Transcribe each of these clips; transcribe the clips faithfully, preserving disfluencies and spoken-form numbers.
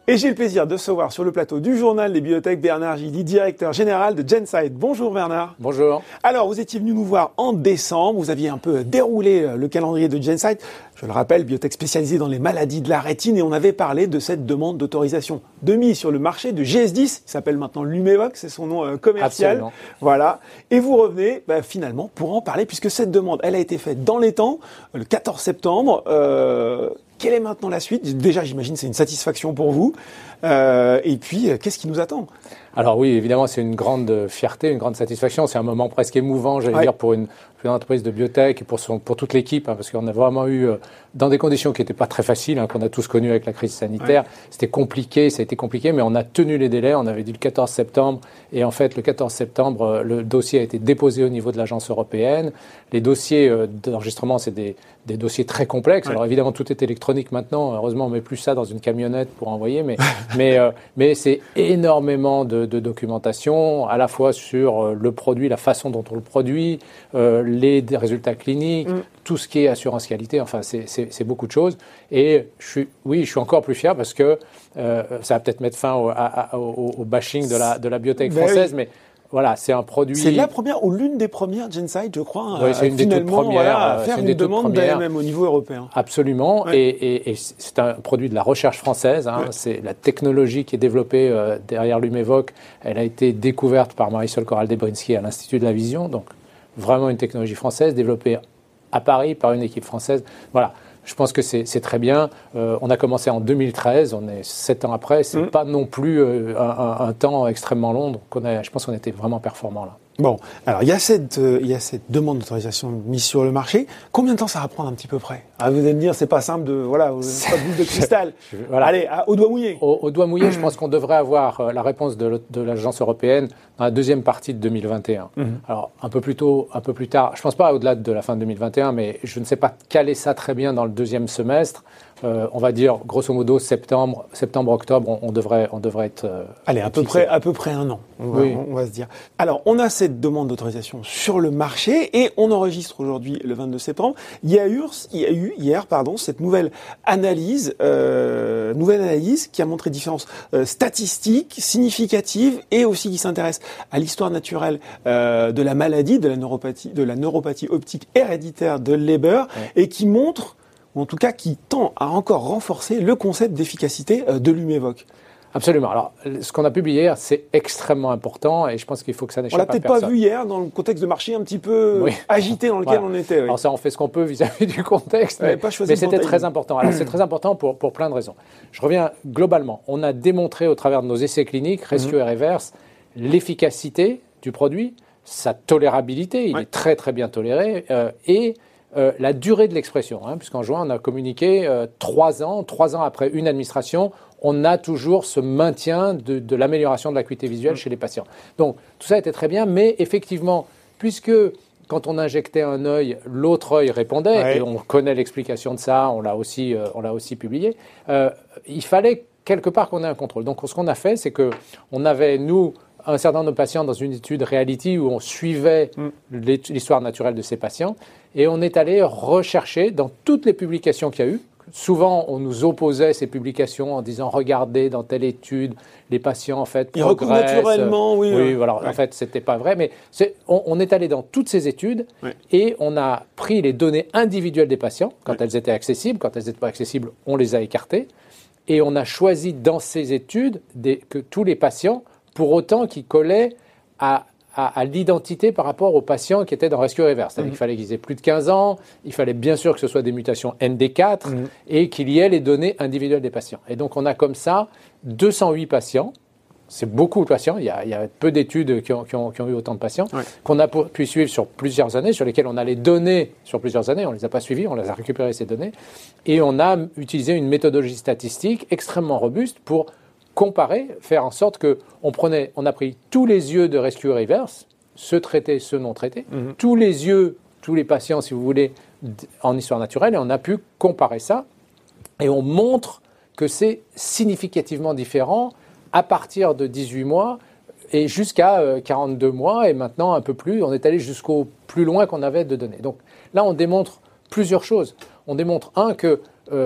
Et j'ai le plaisir de recevoir sur le plateau du journal des biotech Bernard Gilly, directeur général de Gensight. Bonjour Bernard. Bonjour. Alors, vous étiez venu nous voir en décembre, vous aviez un peu déroulé le calendrier de Gensight. Je le rappelle, biotech spécialisée dans les maladies de la rétine, et on avait parlé de cette demande d'autorisation de mise sur le marché de G S dix, il s'appelle maintenant Lumevoq, c'est son nom euh, commercial. Absolument. Voilà. Et vous revenez bah, finalement pour en parler, puisque cette demande, elle a été faite dans les temps, le quatorze septembre. Euh, Quelle est maintenant la suite ? Déjà, j'imagine, c'est une satisfaction pour vous. Euh, et puis, qu'est-ce qui nous attend ? Alors oui, évidemment, c'est une grande fierté, une grande satisfaction. C'est un moment presque émouvant, j'allais ouais. dire, pour une, pour une entreprise de biotech et pour, son, pour toute l'équipe, hein, parce qu'on a vraiment eu, euh, dans des conditions qui n'étaient pas très faciles, hein, qu'on a tous connues avec la crise sanitaire. Ouais. C'était compliqué, ça a été compliqué, mais on a tenu les délais. On avait dit le quatorze septembre. Et en fait, le quatorze septembre, le dossier a été déposé au niveau de l'agence européenne. Les dossiers euh, d'enregistrement, c'est des, des dossiers très complexes. Ouais. Alors évidemment, tout est électronique maintenant. Heureusement, on ne met plus ça dans une camionnette pour envoyer, mais, mais, euh, mais c'est énormément de de documentation, à la fois sur le produit, la façon dont on le produit, euh, les résultats cliniques, mm. tout ce qui est assurance qualité, enfin c'est, c'est, c'est beaucoup de choses. Et je suis, oui, je suis encore plus fier parce que euh, ça va peut-être mettre fin au, à, au, au bashing de la, de la biotech française, oui. mais voilà, c'est un produit... C'est la première ou l'une des premières Gensight, je crois, oui, c'est une des toutes premières, voilà, à faire une, une demande d'A M M au niveau européen. Absolument, ouais. et, et, et c'est un produit de la recherche française. Hein. Ouais. C'est la technologie qui est développée euh, derrière Lumevoq. Elle a été découverte par Marisol Corral-Debrinski à l'Institut de la Vision, donc vraiment une technologie française développée à Paris par une équipe française. Voilà. Je pense que c'est, c'est très bien. Euh, on a commencé en deux mille treize, on est sept ans après. C'est mmh. pas non plus euh, un, un, un temps extrêmement long. Donc on a, je pense qu'on était vraiment performants là. Bon, alors il y a cette, euh, il y a cette demande d'autorisation mise sur le marché. Combien de temps ça va prendre un petit peu près ? Ah, vous allez me dire, c'est pas simple de, voilà, pas de boule de cristal. je, je, voilà. Allez, à, au doigt mouillé. Au, au doigt mouillé, je pense qu'on devrait avoir euh, la réponse de, de l'agence européenne dans la deuxième partie de deux mille vingt et un. Mmh. Alors un peu plus tôt, un peu plus tard. Je pense pas au-delà de la fin de deux mille vingt et un, mais je ne sais pas caler ça très bien dans le deuxième semestre. Euh, on va dire grosso modo septembre, septembre, octobre, on, on devrait, on devrait être. Euh, Allez, à peu près, à peu près un an. On va, oui. on, on va se dire. Alors, on a cette demande d'autorisation sur le marché et on enregistre aujourd'hui le vingt-deux septembre. Il y a eu, il y a eu hier, pardon, cette nouvelle analyse, euh, nouvelle analyse qui a montré différences euh, statistiques significatives et aussi qui s'intéresse à l'histoire naturelle euh, de la maladie, de la neuropathie, de la neuropathie optique héréditaire de Leber, ouais. et qui montre, ou en tout cas qui tend à encore renforcer le concept d'efficacité de Lumevoq. Absolument. Alors, ce qu'on a publié hier, c'est extrêmement important et je pense qu'il faut que ça n'échappe à personne. On l'a peut-être pas vu hier dans le contexte de marché un petit peu oui. agité dans lequel voilà. on était. Oui. Alors ça, on fait ce qu'on peut vis-à-vis du contexte, mais, pas mais c'était très important. Alors, c'est très important pour, pour plein de raisons. Je reviens globalement. On a démontré au travers de nos essais cliniques, Rescue mm-hmm. et Reverse, l'efficacité du produit, sa tolérabilité, il ouais. est très très bien toléré, euh, et Euh, la durée de l'expression, hein, puisqu'en juin, on a communiqué euh, trois ans, trois ans après une administration, on a toujours ce maintien de, de l'amélioration de l'acuité visuelle mmh. chez les patients. Donc, tout ça était très bien, mais effectivement, puisque quand on injectait un œil, l'autre œil répondait, ouais. et on connaît l'explication de ça, on l'a aussi, euh, on l'a aussi publié, euh, il fallait quelque part qu'on ait un contrôle. Donc, ce qu'on a fait, c'est qu'on avait, nous, un certain nombre de patients dans une étude Reality où on suivait mm. l'histoire naturelle de ces patients et on est allé rechercher dans toutes les publications qu'il y a eu. Souvent, on nous opposait ces publications en disant « Regardez, dans telle étude, les patients, en fait, Ils progressent. » naturellement, oui. Oui, voilà. Ouais. En fait, ce n'était pas vrai. Mais c'est, on, on est allé dans toutes ces études ouais. et on a pris les données individuelles des patients quand ouais. elles étaient accessibles. Quand elles n'étaient pas accessibles, on les a écartées. Et on a choisi dans ces études des, que tous les patients, pour autant qu'ils collaient à, à, à l'identité par rapport aux patients qui étaient dans Rescue Reverse. C'est-à-dire mmh. qu'il fallait qu'ils aient plus de quinze ans, il fallait bien sûr que ce soit des mutations N D quatre mmh. et qu'il y ait les données individuelles des patients. Et donc on a comme ça deux cent huit patients, c'est beaucoup de patients, il y a, il y a peu d'études qui ont, qui, ont, qui ont eu autant de patients, ouais. qu'on a pu suivre sur plusieurs années, sur lesquelles on a les données sur plusieurs années, on ne les a pas suivies, on les a récupérées ces données, et on a utilisé une méthodologie statistique extrêmement robuste pour comparer, faire en sorte qu'on prenait, on a pris tous les yeux de Rescue Reverse, ceux traités, ceux non traités, mmh. tous les yeux, tous les patients, si vous voulez, en histoire naturelle, et on a pu comparer ça, et on montre que c'est significativement différent à partir de dix-huit mois et jusqu'à euh, quarante-deux mois, et maintenant un peu plus, on est allé jusqu'au plus loin qu'on avait de données. Donc là, on démontre plusieurs choses. On démontre, un, que euh,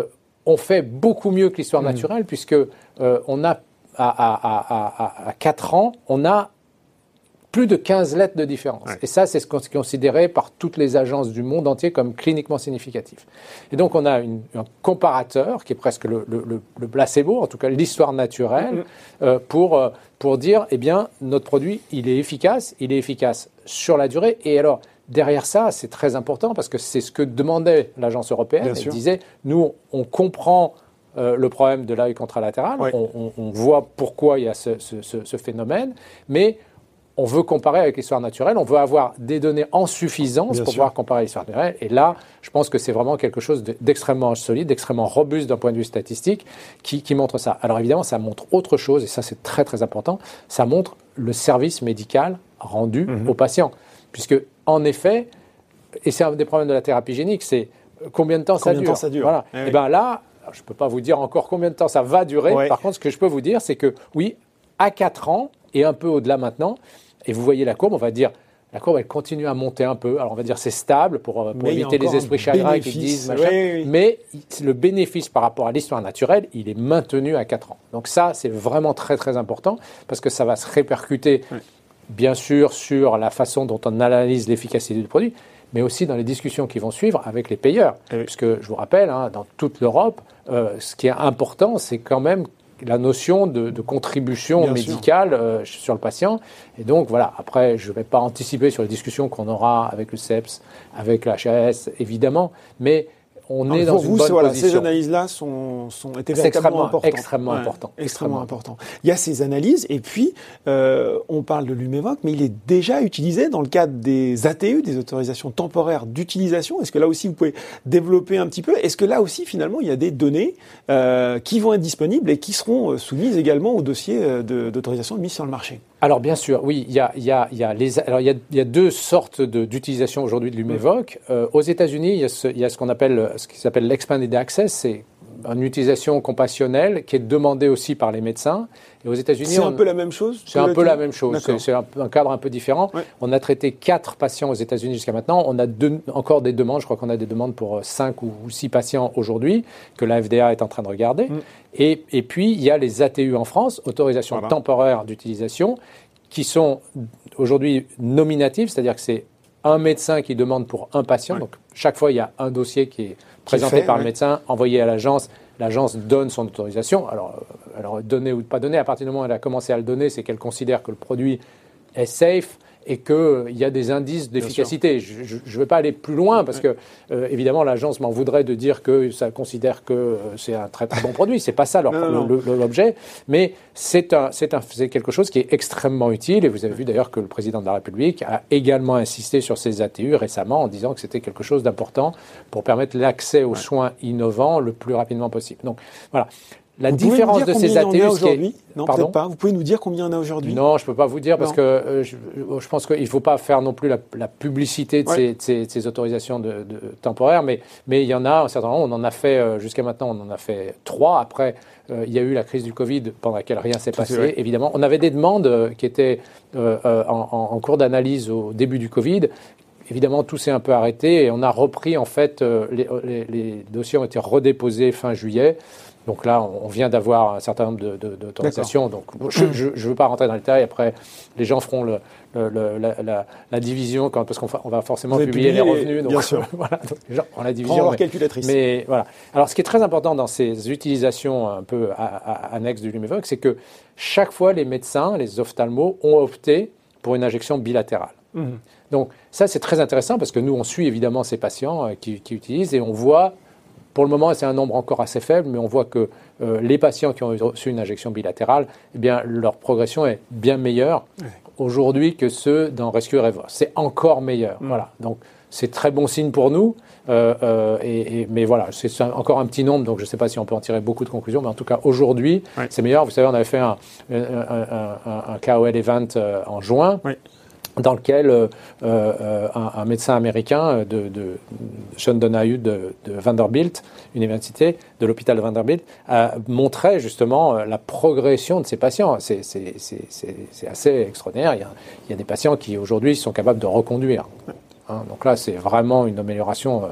on fait beaucoup mieux que l'histoire naturelle, mmh. puisque euh, on a, à, à, à, à quatre ans, on a plus de quinze lettres de différence. Ouais. Et ça, c'est ce qu'on est considéré par toutes les agences du monde entier comme cliniquement significatif. Et donc, on a une, un comparateur qui est presque le, le, le placebo, en tout cas l'histoire naturelle, mmh. euh, pour, pour dire, eh bien, notre produit, il est efficace, il est efficace sur la durée. Et alors, derrière ça, c'est très important parce que c'est ce que demandait l'agence européenne. Bien Elle sûr. disait, nous, on comprend euh, le problème de l'œil contralatéral, ouais. on, on, on voit pourquoi il y a ce, ce, ce, ce phénomène, mais on veut comparer avec l'histoire naturelle, on veut avoir des données en suffisance Bien pour sûr. pouvoir comparer l'histoire naturelle. Et là, je pense que c'est vraiment quelque chose d'extrêmement solide, d'extrêmement robuste d'un point de vue statistique qui, qui montre ça. Alors évidemment, ça montre autre chose, et ça c'est très très important, ça montre le service médical rendu mmh. aux patients. Puisque, en effet, et c'est un des problèmes de la thérapie génique, c'est combien de temps combien ça dure. dure. Temps ça dure. Voilà. Eh et oui. bien là, je ne peux pas vous dire encore combien de temps ça va durer. Ouais. Par contre, ce que je peux vous dire, c'est que oui, à quatre ans, et un peu au-delà maintenant, et vous voyez la courbe, on va dire, la courbe, elle continue à monter un peu. Alors, on va dire c'est stable pour, pour éviter les esprits chagrins qui disent machin. Oui, oui. Mais le bénéfice par rapport à l'histoire naturelle, il est maintenu à quatre ans. Donc ça, c'est vraiment très, très important parce que ça va se répercuter, oui. bien sûr, sur la façon dont on analyse l'efficacité du produit, mais aussi dans les discussions qui vont suivre avec les payeurs. Oui. Puisque, je vous rappelle, hein, dans toute l'Europe, euh, ce qui est important, c'est quand même la notion de, de contribution Bien médicale euh, sur le patient. Et donc, voilà, après, je ne vais pas anticiper sur les discussions qu'on aura avec le C E P S, avec la H A S, évidemment, mais on non, est dans une vous, bonne voilà, position. Ces analyses-là sont, sont étaient véritablement importantes. Extrêmement ouais, important. Extrêmement important. Il y a ces analyses, et puis, euh, on parle de Lumevoq, mais il est déjà utilisé dans le cadre des A T U, des autorisations temporaires d'utilisation. Est-ce que là aussi, vous pouvez développer un petit peu? Est-ce que là aussi, finalement, il y a des données euh, qui vont être disponibles et qui seront soumises également au dossier de, d'autorisation de mise sur le marché? Alors bien sûr, oui, il y a, il y a, il y a, les, alors il y a, il y a deux sortes de, d'utilisation aujourd'hui de Lumevoq. Euh, aux États-Unis, il y a ce, il y a ce qu'on appelle, ce qui s'appelle l'expanded access, c'est une utilisation compassionnelle qui est demandée aussi par les médecins. Et aux États-Unis, c'est on, un peu la même chose. C'est un peu la même chose. C'est, c'est un, un cadre un peu différent. Ouais. On a traité quatre patients aux États-Unis jusqu'à maintenant. On a deux, encore des demandes. Je crois qu'on a des demandes pour cinq ou six patients aujourd'hui que la F D A est en train de regarder. Mm. Et, et puis il y a les A T U en France, autorisation voilà. temporaire d'utilisation, qui sont aujourd'hui nominatives, c'est-à-dire que c'est un médecin qui demande pour un patient. Ouais. Donc chaque fois il y a un dossier qui est présenté fait, par ouais. le médecin, envoyé à l'agence. L'agence donne son autorisation. Alors, alors, donner ou pas donner, à partir du moment où elle a commencé à le donner, c'est qu'elle considère que le produit est safe et qu'il euh, y a des indices d'efficacité. Je ne vais pas aller plus loin parce que, euh, évidemment, l'agence m'en voudrait de dire que ça considère que euh, c'est un très, très bon produit. Ce n'est pas ça leur, non, non. Le, le, l'objet. Mais c'est, un, c'est, un, c'est quelque chose qui est extrêmement utile. Et vous avez vu d'ailleurs que le président de la République a également insisté sur ces A T U récemment en disant que c'était quelque chose d'important pour permettre l'accès aux ouais. soins innovants le plus rapidement possible. Donc, voilà. La vous différence de ces A T U aujourd'hui Non, Pardon peut-être pas. Vous pouvez nous dire combien il y en a aujourd'hui? Non, je ne peux pas vous dire parce non. que euh, je, je pense qu'il ne faut pas faire non plus la, la publicité de, ouais. ces, de, ces, de ces autorisations de, de, temporaires, mais, mais il y en a un certain nombre. On en a fait, euh, jusqu'à maintenant, on en a fait trois. Après, euh, il y a eu la crise du Covid pendant laquelle rien s'est Tout passé, vrai. évidemment. On avait des demandes euh, qui étaient euh, euh, en, en cours d'analyse au début du Covid. Évidemment, tout s'est un peu arrêté et on a repris, en fait, euh, les, les, les dossiers ont été redéposés fin juillet. Donc là, on vient d'avoir un certain nombre de, de, d'autorisations. Donc, je ne veux pas rentrer dans le détail. Après, les gens feront le, le, le, la, la, la division quand, parce qu'on fa, on va forcément publier les revenus. Donc, bien sûr. voilà, donc les gens feront la division. Mais, calculatrice. mais voilà. Alors, ce qui est très important dans ces utilisations un peu à, à, annexes du Lumevoq, c'est que chaque fois, les médecins, les ophtalmos, ont opté pour une injection bilatérale. Mmh. Donc, ça, c'est très intéressant parce que nous, on suit évidemment ces patients euh, qui, qui utilisent et on voit. Pour le moment, c'est un nombre encore assez faible, mais on voit que euh, les patients qui ont reçu une injection bilatérale, eh bien, leur progression est bien meilleure oui. aujourd'hui que ceux dans Rescue Revo. C'est encore meilleur. Mmh. Voilà. Donc, c'est très bon signe pour nous. Euh, euh, et, et, mais voilà, c'est un, encore un petit nombre, donc je ne sais pas si on peut en tirer beaucoup de conclusions, mais en tout cas, aujourd'hui, oui. c'est meilleur. Vous savez, on avait fait un, un, un, un, un K O L event euh, en juin. Oui. dans lequel euh, euh, un, un médecin américain de, de Sean Donahue de, de Vanderbilt, université de l'hôpital de Vanderbilt, a montré justement la progression de ces patients. C'est, c'est, c'est, c'est, c'est assez extraordinaire. Il y a, il y a des patients qui aujourd'hui sont capables de reconduire. Hein, donc là, c'est vraiment une amélioration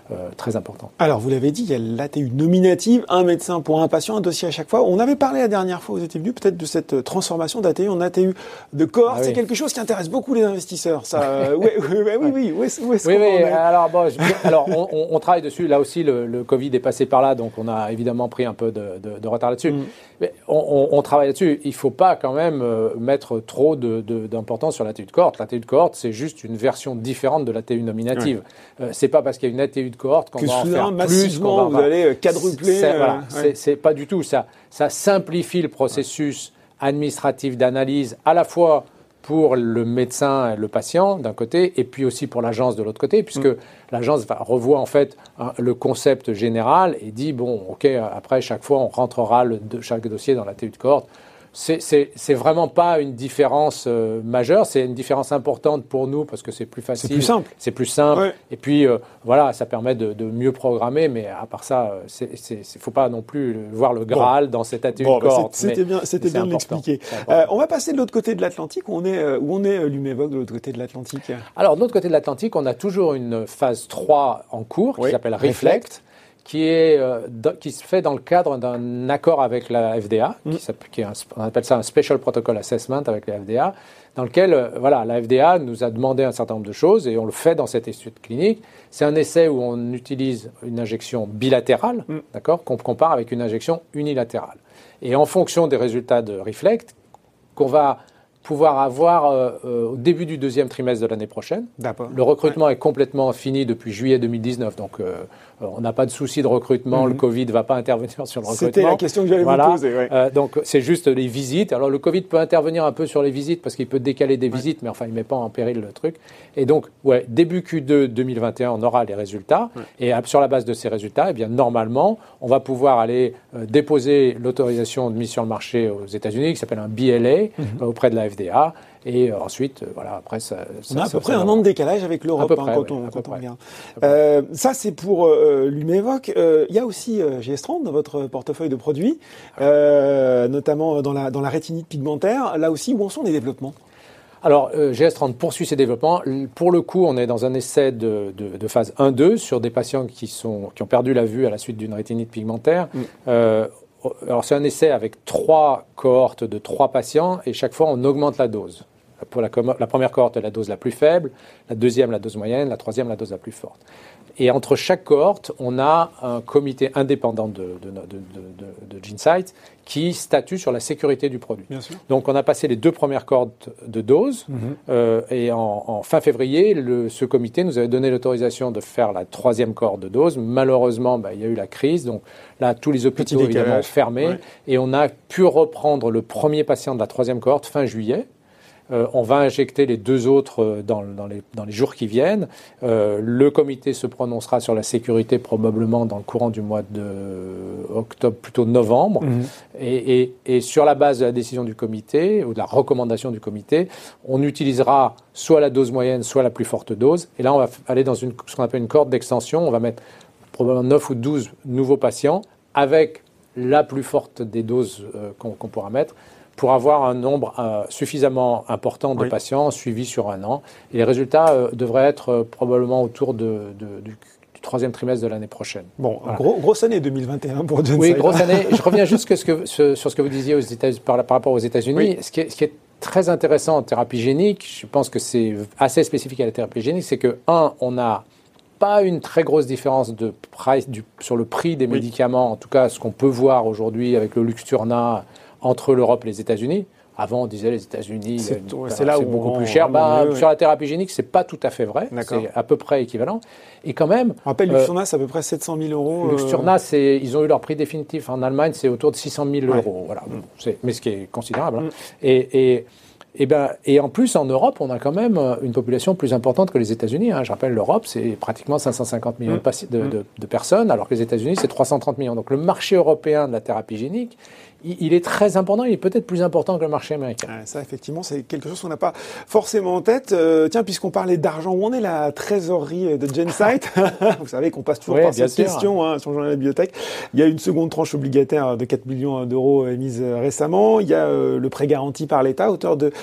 euh, très importante. Alors, vous l'avez dit, il y a l'A T U nominative, un médecin pour un patient, un dossier à chaque fois. On avait parlé la dernière fois, vous étiez venu peut-être de cette transformation d'A T U en A T U de cohorte. Ah, oui. C'est quelque chose qui intéresse beaucoup les investisseurs. Ça, euh, oui, oui, oui, oui, oui. Où est-ce, où est-ce oui, qu'on oui. en est ? Alors, bon, je, alors on, on, on travaille dessus. Là aussi, le, le Covid est passé par là, donc on a évidemment pris un peu de, de, de retard là-dessus. Mm. Mais on, on, on travaille là-dessus. Il ne faut pas quand même euh, mettre trop de, de, d'importance sur l'A T U de cohorte. L'A T U de cohorte, c'est juste une version différente de l'A T U nominative. Oui. Euh, c'est pas parce qu'il y a une A T U de cohorte qu'on que va en faire plus, qu'on va vous va... allez quadrupler. C'est, euh, voilà, ouais. c'est, c'est pas du tout ça. Ça simplifie le processus administratif d'analyse à la fois pour le médecin et le patient d'un côté, et puis aussi pour l'agence de l'autre côté, puisque mmh. l'agence va, revoit en fait un, le concept général et dit, bon, ok, après chaque fois on rentrera le, de, chaque dossier dans la T U de cohorte. C'est, c'est, c'est vraiment pas une différence euh, majeure, c'est une différence importante pour nous parce que c'est plus facile. C'est plus simple. C'est plus simple. Ouais. Et puis, euh, voilà, ça permet de, de mieux programmer, mais à part ça, il ne faut pas non plus voir le Graal bon. dans cette A T U bon, de cohorte. C'était bien, c'était bien de l'expliquer. Euh, on va passer de l'autre côté de l'Atlantique, où on est, euh, où on est euh, Lumevoq, de l'autre côté de l'Atlantique. Alors, de l'autre côté de l'Atlantique, on a toujours une phase trois en cours qui oui. s'appelle Reflect. Reflect. Qui, est, euh, do, qui se fait dans le cadre d'un accord avec la F D A, mmh. qui, qui est un, on appelle ça un Special Protocol Assessment avec la F D A, dans lequel euh, voilà, la F D A nous a demandé un certain nombre de choses et on le fait dans cette étude clinique. C'est un essai où on utilise une injection bilatérale, mmh. d'accord, qu'on compare avec une injection unilatérale. Et en fonction des résultats de Reflect, qu'on va pouvoir avoir euh, euh, au début du deuxième trimestre de l'année prochaine. D'accord. Le recrutement ouais. est complètement fini depuis juillet deux mille dix-neuf, donc euh, on n'a pas de souci de recrutement, mm-hmm. le Covid ne va pas intervenir sur le recrutement. C'était la question que j'allais voilà. vous poser. Ouais. Euh, donc c'est juste les visites. Alors le Covid peut intervenir un peu sur les visites parce qu'il peut décaler des ouais. visites, mais enfin il ne met pas en péril le truc. Et donc ouais, début Q deux deux mille vingt et un, on aura les résultats. Ouais. Et sur la base de ces résultats, eh bien, normalement, on va pouvoir aller euh, déposer l'autorisation de mise sur le marché aux États-Unis, qui s'appelle un B L A, mm-hmm. euh, auprès de la F D A. Et euh, ensuite, euh, voilà, après ça. On a à ça, peu ça, près ça un va. an de décalage avec l'Europe près, hein, quand, oui, on, quand on regarde. Euh, ça, c'est pour euh, Lumevoq. Euh, il y a aussi euh, Gestrand dans votre portefeuille de produits, euh, notamment dans la, dans la rétinite pigmentaire. Là aussi, où en sont les développements ? Alors, euh, G S trente poursuit ses développements. Pour le coup, on est dans un essai de, de, de phase un deux sur des patients qui, sont, qui ont perdu la vue à la suite d'une rétinite pigmentaire. Mm. Euh, alors, c'est un essai avec trois cohortes de trois patients et chaque fois, on augmente la dose. Pour la, la première cohorte, la dose la plus faible, la deuxième, la dose moyenne, la troisième, la dose la plus forte. Et entre chaque cohorte, on a un comité indépendant de, de, de, de, de GeneSight qui statue sur la sécurité du produit. Bien sûr. Donc, on a passé les deux premières cohortes de doses mm-hmm. euh, et en, en fin février, le, ce comité nous avait donné l'autorisation de faire la troisième cohorte de doses. Malheureusement, bah, il y a eu la crise. Donc là, tous les hôpitaux évidemment fermés ouais. et on a pu reprendre le premier patient de la troisième cohorte fin juillet. Euh, on va injecter les deux autres dans, dans, les, dans les jours qui viennent. Euh, le comité se prononcera sur la sécurité probablement dans le courant du mois de octobre, plutôt novembre. Mmh. Et, et, et sur la base de la décision du comité, ou de la recommandation du comité, on utilisera soit la dose moyenne, soit la plus forte dose. Et là, on va aller dans une, ce qu'on appelle une cohorte d'extension. On va mettre probablement neuf ou douze nouveaux patients avec la plus forte des doses euh, qu'on, qu'on pourra mettre, pour avoir un nombre euh, suffisamment important de oui. patients suivis sur un an. Et les résultats euh, devraient être euh, probablement autour de, de, du, du troisième trimestre de l'année prochaine. Bon, voilà. gros, grosse année deux mille vingt et un pour GeneSight. Oui, grosse année. Je reviens juste que ce que, ce, sur ce que vous disiez aux États, par, par rapport aux États-Unis. Oui. Ce, qui est, ce qui est très intéressant en thérapie génique, je pense que c'est assez spécifique à la thérapie génique, c'est que, un, on n'a pas une très grosse différence de price, du, sur le prix des oui. médicaments, en tout cas ce qu'on peut voir aujourd'hui avec le Luxturna, entre l'Europe et les États-Unis. Avant, on disait les États-Unis, c'est, une, c'est là c'est où beaucoup on, plus cher. Bah, mieux, sur ouais. la thérapie génique, c'est pas tout à fait vrai. D'accord. C'est à peu près équivalent. Et quand même, on rappelle, euh, Luxturna, c'est à peu près sept cent mille euros. Luxturna, euh... c'est, ils ont eu leur prix définitif en Allemagne, c'est autour de six cent mille ouais. euros. Voilà. Mm. C'est, mais ce qui est considérable. Mm. Hein. Et, et Et, ben, et en plus, en Europe, on a quand même une population plus importante que les États-Unis. Hein. Je rappelle, l'Europe, c'est pratiquement cinq cent cinquante millions mmh. de, de, de personnes, alors que les États-Unis, c'est trois cent trente millions. Donc le marché européen de la thérapie génique, il, il est très important. Il est peut-être plus important que le marché américain. Ah, ça, effectivement, c'est quelque chose qu'on n'a pas forcément en tête. Euh, tiens, puisqu'on parlait d'argent, où en est la trésorerie de GeneSight? Vous savez qu'on passe toujours oui, par cette sûr. question hein, sur le journal de la biotech. Il y a une seconde tranche obligataire de quatre millions d'euros émise récemment. Il y a euh, le prêt garanti par l'État à hauteur de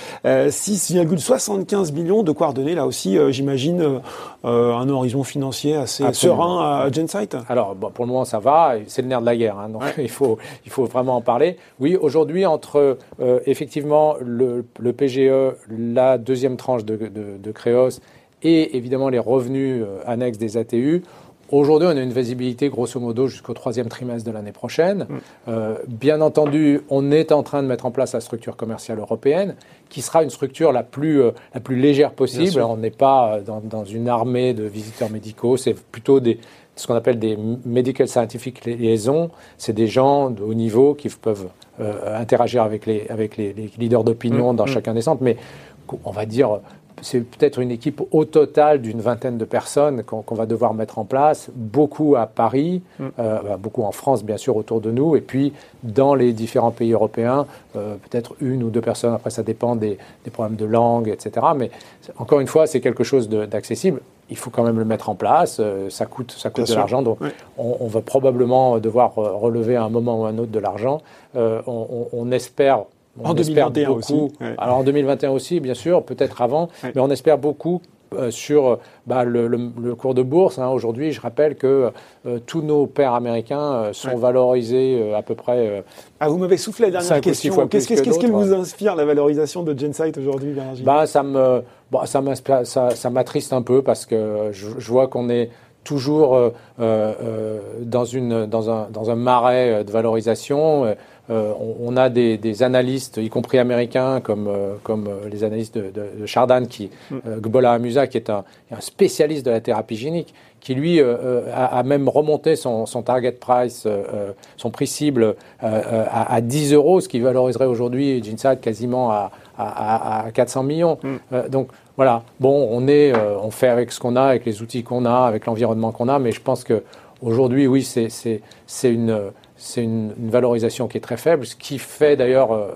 euh, six virgule soixante-quinze millions, de quoi redonner là aussi, euh, j'imagine, euh, euh, un horizon financier assez Absolument. serein à Gensight. Alors, bon, pour le moment, ça va. C'est le nerf de la guerre, hein, donc ouais. il faut il faut vraiment en parler. Oui, aujourd'hui, entre euh, effectivement le, le P G E, la deuxième tranche de, de, de Créos et évidemment les revenus euh, annexes des A T U. Aujourd'hui, on a une visibilité grosso modo jusqu'au troisième trimestre de l'année prochaine. Mmh. Euh, bien entendu, on est en train de mettre en place la structure commerciale européenne, qui sera une structure la plus, euh, la plus légère possible. On n'est pas dans, dans une armée de visiteurs médicaux, c'est plutôt des, ce qu'on appelle des Medical Scientific Liaisons. C'est des gens de haut niveau qui peuvent euh, interagir avec les, avec les, les leaders d'opinion mmh. dans mmh. chacun des centres, mais on va dire... C'est peut-être une équipe au total d'une vingtaine de personnes qu'on, qu'on va devoir mettre en place, beaucoup à Paris, mm. euh, beaucoup en France bien sûr autour de nous, et puis dans les différents pays européens, euh, peut-être une ou deux personnes, après ça dépend des, des problèmes de langue, et cetera. Mais encore une fois, c'est quelque chose de, d'accessible. Il faut quand même le mettre en place, euh, ça coûte, ça coûte bien de sûr. l'argent, donc oui. on, on va probablement devoir relever à un moment ou à un autre de l'argent. Euh, on, on, on espère... On en deux mille vingt et un beaucoup. aussi. Ouais. Alors en deux mille vingt et un aussi, bien sûr, peut-être avant, ouais. mais on espère beaucoup euh, sur bah, le, le, le cours de bourse. Hein. Aujourd'hui, je rappelle que euh, tous nos pairs américains euh, sont ouais. valorisés euh, à peu près... Euh, ah, vous m'avez soufflé la dernière question. Qu'est-ce, qu'est-ce, qu'est-ce qui vous inspire, la valorisation de Gensight aujourd'hui, Bernard Gillet ? bah, ça, me, bon, ça, ça, ça m'attriste un peu parce que je, je vois qu'on est toujours euh, euh, dans, une, dans, un, dans un marais de valorisation. Euh, on, on a des, des analystes, y compris américains, comme, euh, comme euh, les analystes de, de, de Chardan, qui, euh, Gbola Amusa, qui est un, un spécialiste de la thérapie génique, qui lui euh, a, a même remonté son, son target price, euh, son prix cible euh, à, à dix euros, ce qui valoriserait aujourd'hui Gensight quasiment à, à, à quatre cents millions. Mm. Euh, donc voilà, bon, on, est, euh, on fait avec ce qu'on a, avec les outils qu'on a, avec l'environnement qu'on a, mais je pense qu'aujourd'hui, oui, c'est, c'est, c'est une... C'est une, une valorisation qui est très faible, ce qui fait d'ailleurs euh,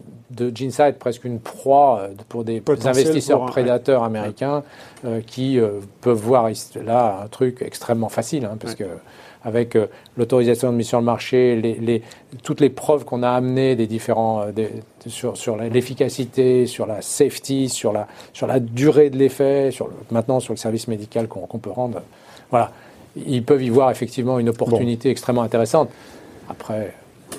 de Gensight presque une proie euh, pour des investisseurs pour un, prédateurs ouais. américains euh, qui euh, peuvent voir là un truc extrêmement facile, hein, parce ouais. que avec euh, l'autorisation de mise sur le marché, les, les, toutes les preuves qu'on a amenées des différents, euh, des, sur, sur l'efficacité, sur la safety, sur la, sur la durée de l'effet, sur le, maintenant sur le service médical qu'on, qu'on peut rendre, voilà, ils peuvent y voir effectivement une opportunité bon. extrêmement intéressante. Après,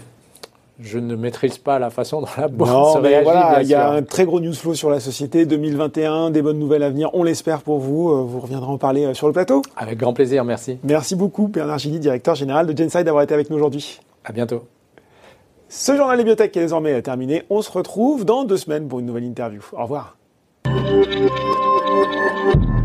je ne maîtrise pas la façon dont la bourse non, se mais réagit. Voilà, il y a un très gros news flow sur la société. deux mille vingt et un, des bonnes nouvelles à venir. On l'espère pour vous. Vous reviendrez en parler sur le plateau. Avec grand plaisir, merci. Merci beaucoup, Bernard Gillet, directeur général de Gensight, d'avoir été avec nous aujourd'hui. À bientôt. Ce journal des biotech est désormais terminé. On se retrouve dans deux semaines pour une nouvelle interview. Au revoir.